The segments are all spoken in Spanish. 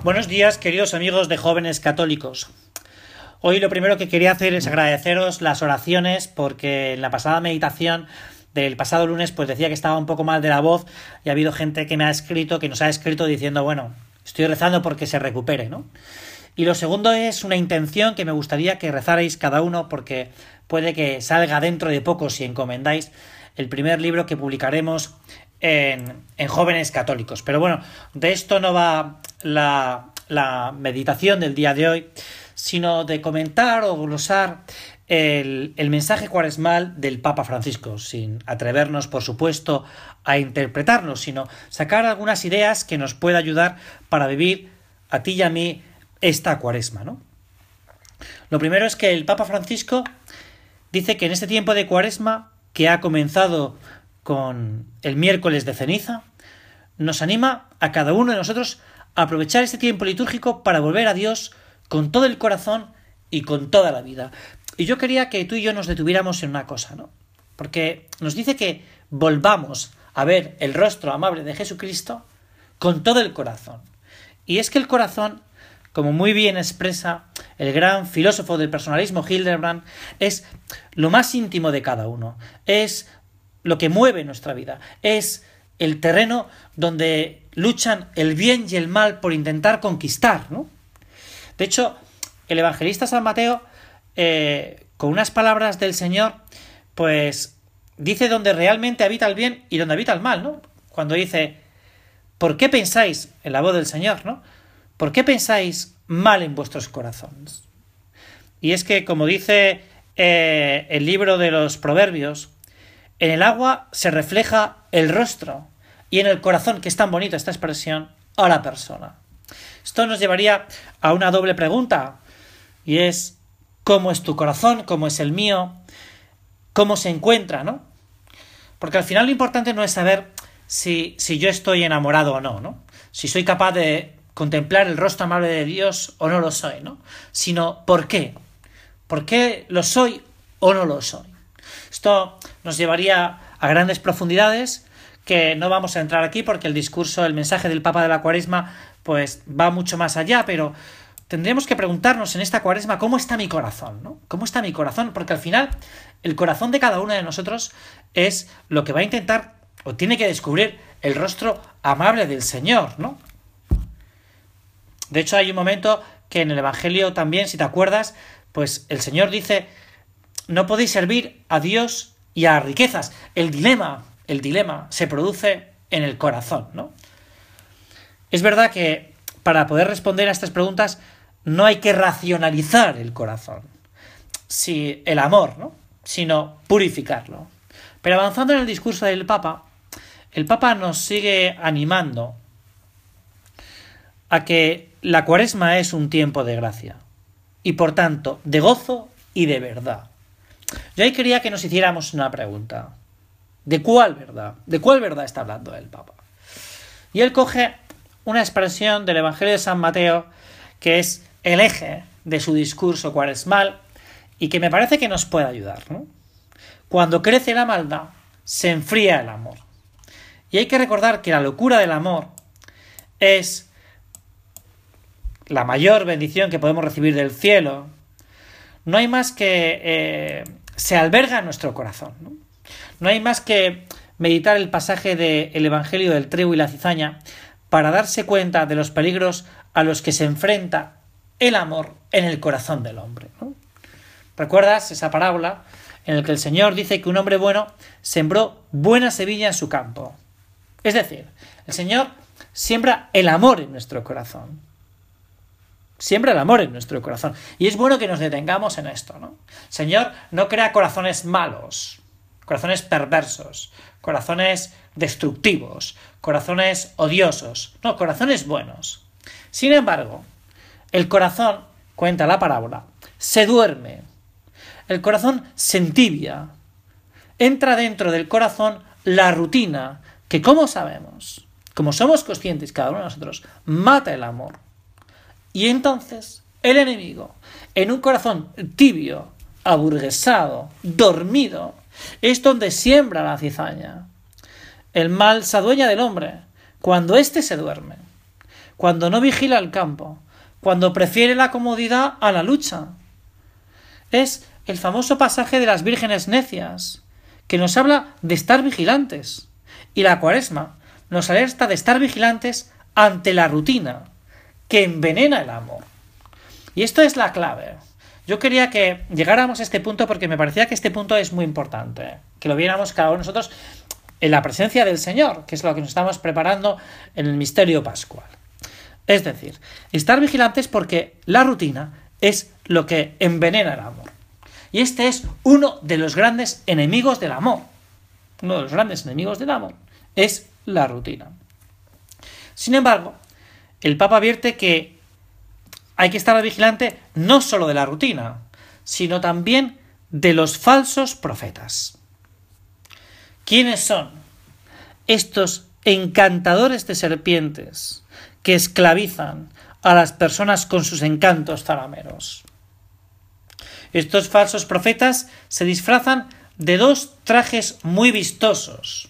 Buenos días, queridos amigos de Jóvenes Católicos. Hoy lo primero que quería hacer es agradeceros las oraciones, porque en la pasada meditación del pasado lunes pues decía que estaba un poco mal de la voz y ha habido gente que nos ha escrito diciendo, bueno, estoy rezando porque se recupere, ¿no? Y lo segundo es una intención que me gustaría que rezarais cada uno, porque puede que salga dentro de poco, si encomendáis, el primer libro que publicaremos en Jóvenes Católicos. Pero bueno, de esto no va la meditación del día de hoy, sino de comentar o glosar el mensaje cuaresmal del Papa Francisco, sin atrevernos, por supuesto, a interpretarlo, sino sacar algunas ideas que nos pueda ayudar para vivir a ti y a mí esta cuaresma, ¿no? Lo primero es que el Papa Francisco dice que en este tiempo de cuaresma, que ha comenzado con el miércoles de ceniza, nos anima a cada uno de nosotros a aprovechar este tiempo litúrgico para volver a Dios con todo el corazón y con toda la vida. Y yo quería que tú y yo nos detuviéramos en una cosa, ¿no? Porque nos dice que volvamos a ver el rostro amable de Jesucristo con todo el corazón. Y es que el corazón, como muy bien expresa el gran filósofo del personalismo Hildebrand, es lo más íntimo de cada uno, es lo que mueve nuestra vida, es el terreno donde luchan el bien y el mal por intentar conquistar, ¿no? De hecho, el evangelista San Mateo, con unas palabras del Señor, pues dice donde realmente habita el bien y donde habita el mal, ¿no? Cuando dice, ¿por qué pensáis, en la voz del Señor, ¿no? ¿Por qué pensáis mal en vuestros corazones? Y es que, como dice el libro de los Proverbios, en el agua se refleja el rostro y en el corazón, que es tan bonita esta expresión, a la persona. Esto nos llevaría a una doble pregunta, y es, ¿cómo es tu corazón? ¿Cómo es el mío? ¿Cómo se encuentra, no? Porque al final lo importante no es saber si yo estoy enamorado o no, ¿no? Si soy capaz de contemplar el rostro amable de Dios o no lo soy, ¿no? Sino, ¿por qué? ¿Por qué lo soy o no lo soy? Esto nos llevaría a grandes profundidades que no vamos a entrar aquí, porque el mensaje del Papa de la Cuaresma pues va mucho más allá, pero tendremos que preguntarnos en esta Cuaresma cómo está mi corazón, ¿no? ¿Cómo está mi corazón? Porque al final el corazón de cada uno de nosotros es lo que va a intentar o tiene que descubrir el rostro amable del Señor, ¿no? De hecho, hay un momento que en el Evangelio también, si te acuerdas, pues el Señor dice, no podéis servir a Dios y a riquezas. El dilema se produce en el corazón, ¿no? Es verdad que para poder responder a estas preguntas no hay que racionalizar el corazón, el amor, ¿no? Sino purificarlo. Pero avanzando en el discurso del Papa, el Papa nos sigue animando a que la Cuaresma es un tiempo de gracia y por tanto de gozo y de verdad. Yo ahí quería que nos hiciéramos una pregunta. ¿De cuál verdad? ¿De cuál verdad está hablando el Papa? Y él coge una expresión del Evangelio de San Mateo que es el eje de su discurso cuaresmal y que me parece que nos puede ayudar, ¿no? Cuando crece la maldad, se enfría el amor. Y hay que recordar que la locura del amor es la mayor bendición que podemos recibir del cielo. No hay más que se alberga en nuestro corazón, ¿no? No hay más que meditar el pasaje del Evangelio del trigo y la cizaña para darse cuenta de los peligros a los que se enfrenta el amor en el corazón del hombre, ¿no? ¿Recuerdas esa parábola en la que el Señor dice que un hombre bueno sembró buena semilla en su campo? Es decir, el Señor siembra el amor en nuestro corazón. Siembra el amor en nuestro corazón. Y es bueno que nos detengamos en esto, ¿no? El Señor no crea corazones malos, corazones perversos, corazones destructivos, corazones odiosos, no, corazones buenos. Sin embargo, el corazón, cuenta la parábola, se duerme, el corazón se entibia, entra dentro del corazón la rutina que, como sabemos, como somos conscientes cada uno de nosotros, mata el amor. Y entonces el enemigo, en un corazón tibio, aburguesado, dormido, es donde siembra la cizaña. El mal se adueña del hombre cuando éste se duerme, cuando no vigila el campo, cuando prefiere la comodidad a la lucha. Es el famoso pasaje de las vírgenes necias, que nos habla de estar vigilantes. Y la Cuaresma nos alerta de estar vigilantes ante la rutina, que envenena el amor. Y esto es la clave. Yo quería que llegáramos a este punto porque me parecía que este punto es muy importante, que lo viéramos cada uno de nosotros en la presencia del Señor, que es lo que nos estamos preparando en el misterio pascual. Es decir, estar vigilantes porque la rutina es lo que envenena el amor. Y este es uno de los grandes enemigos del amor. Uno de los grandes enemigos del amor es la rutina. Sin embargo, el Papa advierte que hay que estar vigilante no solo de la rutina, sino también de los falsos profetas. ¿Quiénes son estos encantadores de serpientes que esclavizan a las personas con sus encantos zalameros? Estos falsos profetas se disfrazan de dos trajes muy vistosos.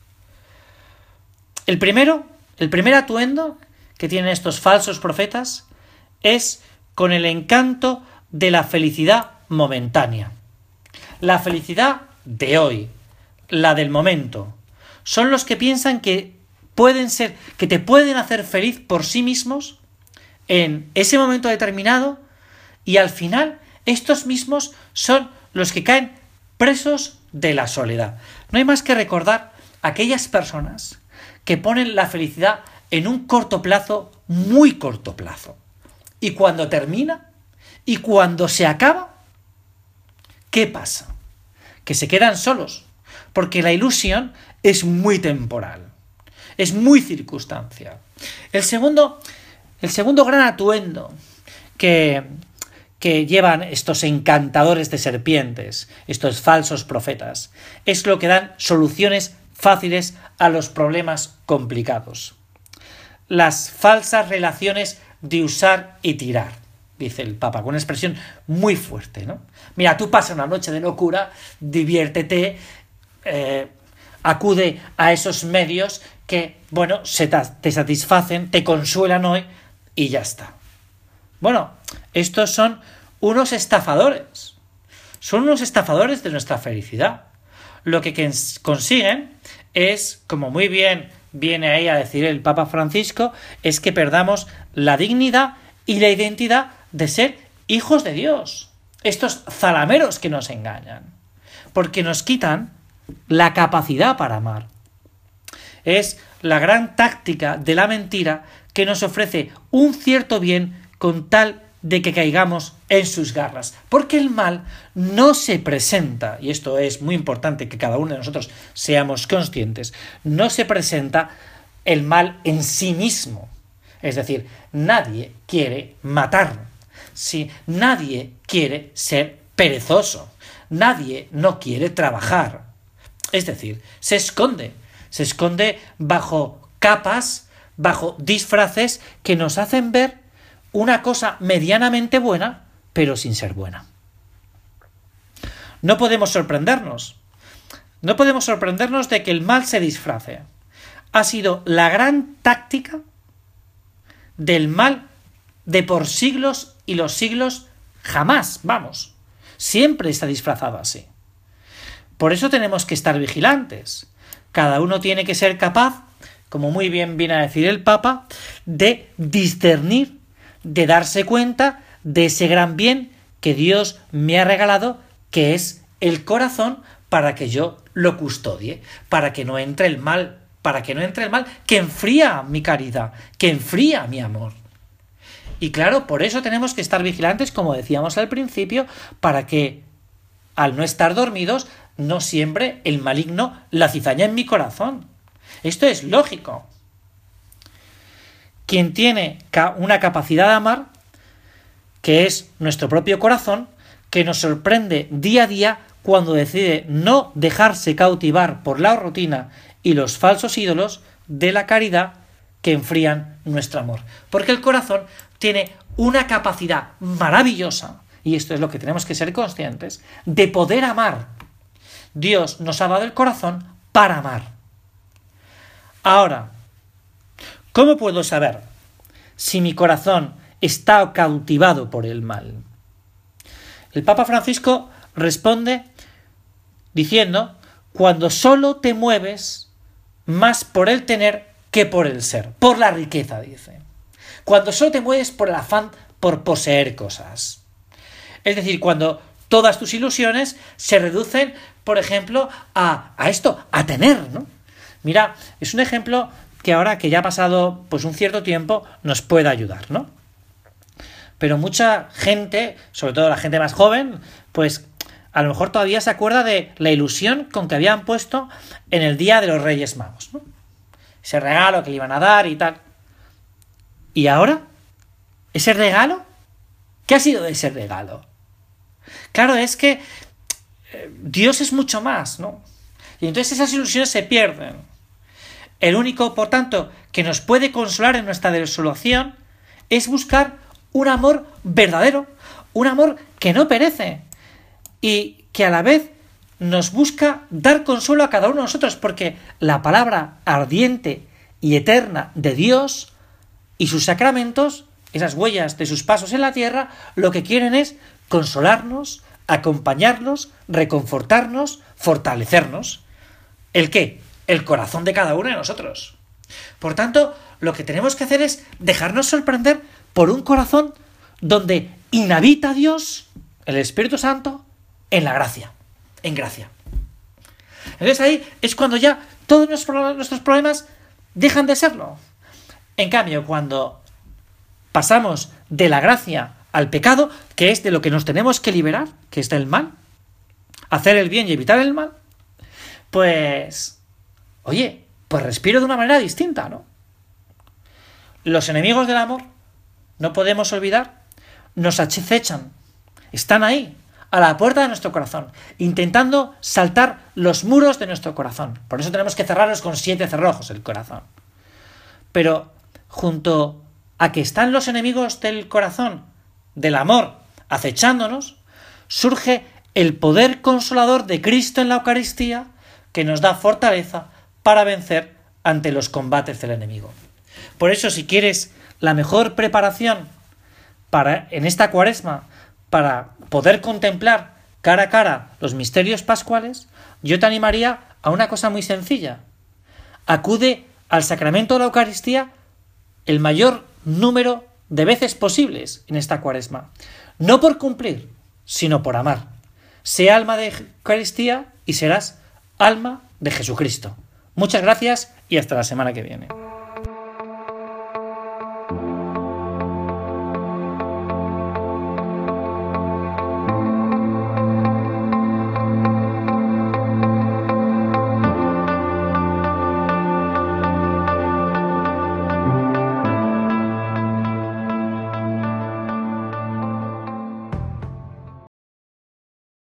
El primer atuendo que tienen estos falsos profetas es con el encanto de la felicidad momentánea. La felicidad de hoy, la del momento. Son los que piensan que te pueden hacer feliz por sí mismos en ese momento determinado, y al final estos mismos son los que caen presos de la soledad. No hay más que recordar aquellas personas que ponen la felicidad en un corto plazo, muy corto plazo. Y cuando termina, y cuando se acaba, ¿qué pasa? Que se quedan solos, porque la ilusión es muy temporal, es muy circunstancial. El segundo gran atuendo que llevan estos encantadores de serpientes, estos falsos profetas, es lo que dan soluciones fáciles a los problemas complicados. Las falsas relaciones de usar y tirar, dice el Papa, con una expresión muy fuerte, ¿no? Mira, tú pasa una noche de locura, diviértete, acude a esos medios que, bueno, te satisfacen, te consuelan hoy y ya está. Bueno, estos son unos estafadores. Son unos estafadores de nuestra felicidad. Lo que consiguen es, como muy bien viene ahí a decir el Papa Francisco, es que perdamos la dignidad y la identidad de ser hijos de Dios. Estos zalameros que nos engañan, porque nos quitan la capacidad para amar. Es la gran táctica de la mentira que nos ofrece un cierto bien con tal de que caigamos en sus garras. Porque el mal no se presenta, y esto es muy importante que cada uno de nosotros seamos conscientes, no se presenta el mal en sí mismo. Es decir, nadie quiere matar. Si nadie quiere ser perezoso. Nadie no quiere trabajar. Es decir, se esconde bajo capas, bajo disfraces que nos hacen ver una cosa medianamente buena, pero sin ser buena. No podemos sorprendernos de que el mal se disfrace. Ha sido la gran táctica del mal de por siglos y los siglos jamás, siempre está disfrazado así. Por eso tenemos que estar vigilantes. Cada uno tiene que ser capaz, como muy bien viene a decir el Papa, de discernir, de darse cuenta de ese gran bien que Dios me ha regalado, que es el corazón, para que yo lo custodie, para que no entre el mal, que enfría mi caridad, que enfría mi amor. Y claro, por eso tenemos que estar vigilantes, como decíamos al principio, para que, al no estar dormidos, no siembre el maligno la cizaña en mi corazón. Esto es lógico. Quien tiene una capacidad de amar, que es nuestro propio corazón, que nos sorprende día a día cuando decide no dejarse cautivar por la rutina y los falsos ídolos de la caridad que enfrían nuestro amor. Porque el corazón tiene una capacidad maravillosa, y esto es lo que tenemos que ser conscientes, de poder amar. Dios nos ha dado el corazón para amar. Ahora, ¿cómo puedo saber si mi corazón está cautivado por el mal? El Papa Francisco responde diciendo: cuando solo te mueves más por el tener que por el ser, por la riqueza, dice. Cuando solo te mueves por el afán por poseer cosas. Es decir, cuando todas tus ilusiones se reducen, por ejemplo, a esto, a tener, ¿no? Mira, es un ejemplo que ahora que ya ha pasado pues un cierto tiempo nos puede ayudar, ¿no? Pero mucha gente, sobre todo la gente más joven, pues a lo mejor todavía se acuerda de la ilusión con que habían puesto en el día de los Reyes Magos, ¿no? Ese regalo que le iban a dar y tal. ¿Y ahora? ¿Ese regalo? ¿Qué ha sido de ese regalo? Claro, es que Dios es mucho más, ¿no? Y entonces esas ilusiones se pierden. El único, por tanto, que nos puede consolar en nuestra desolación es buscar un amor verdadero, un amor que no perece y que a la vez nos busca dar consuelo a cada uno de nosotros, porque la palabra ardiente y eterna de Dios y sus sacramentos, esas huellas de sus pasos en la tierra, lo que quieren es consolarnos, acompañarnos, reconfortarnos, fortalecernos. ¿El qué? El corazón de cada uno de nosotros. Por tanto, lo que tenemos que hacer es dejarnos sorprender por un corazón donde inhabita Dios, el Espíritu Santo, en la gracia, en gracia. Entonces ahí es cuando ya todos nuestros problemas dejan de serlo. En cambio, cuando pasamos de la gracia al pecado, que es de lo que nos tenemos que liberar, que es del mal, hacer el bien y evitar el mal, pues, oye, pues respiro de una manera distinta, ¿no? Los enemigos del amor, no podemos olvidar, nos acechan, están ahí, a la puerta de nuestro corazón, intentando saltar los muros de nuestro corazón. Por eso tenemos que cerrarlos con 7 cerrojos el corazón. Pero junto a que están los enemigos del corazón, del amor, acechándonos, surge el poder consolador de Cristo en la Eucaristía, que nos da fortaleza para vencer ante los combates del enemigo. Por eso, si quieres la mejor preparación en esta Cuaresma para poder contemplar cara a cara los misterios pascuales, yo te animaría a una cosa muy sencilla. Acude al sacramento de la Eucaristía el mayor número de veces posibles en esta Cuaresma. No por cumplir, sino por amar. Sé alma de Eucaristía y serás alma de Jesucristo. Muchas gracias y hasta la semana que viene.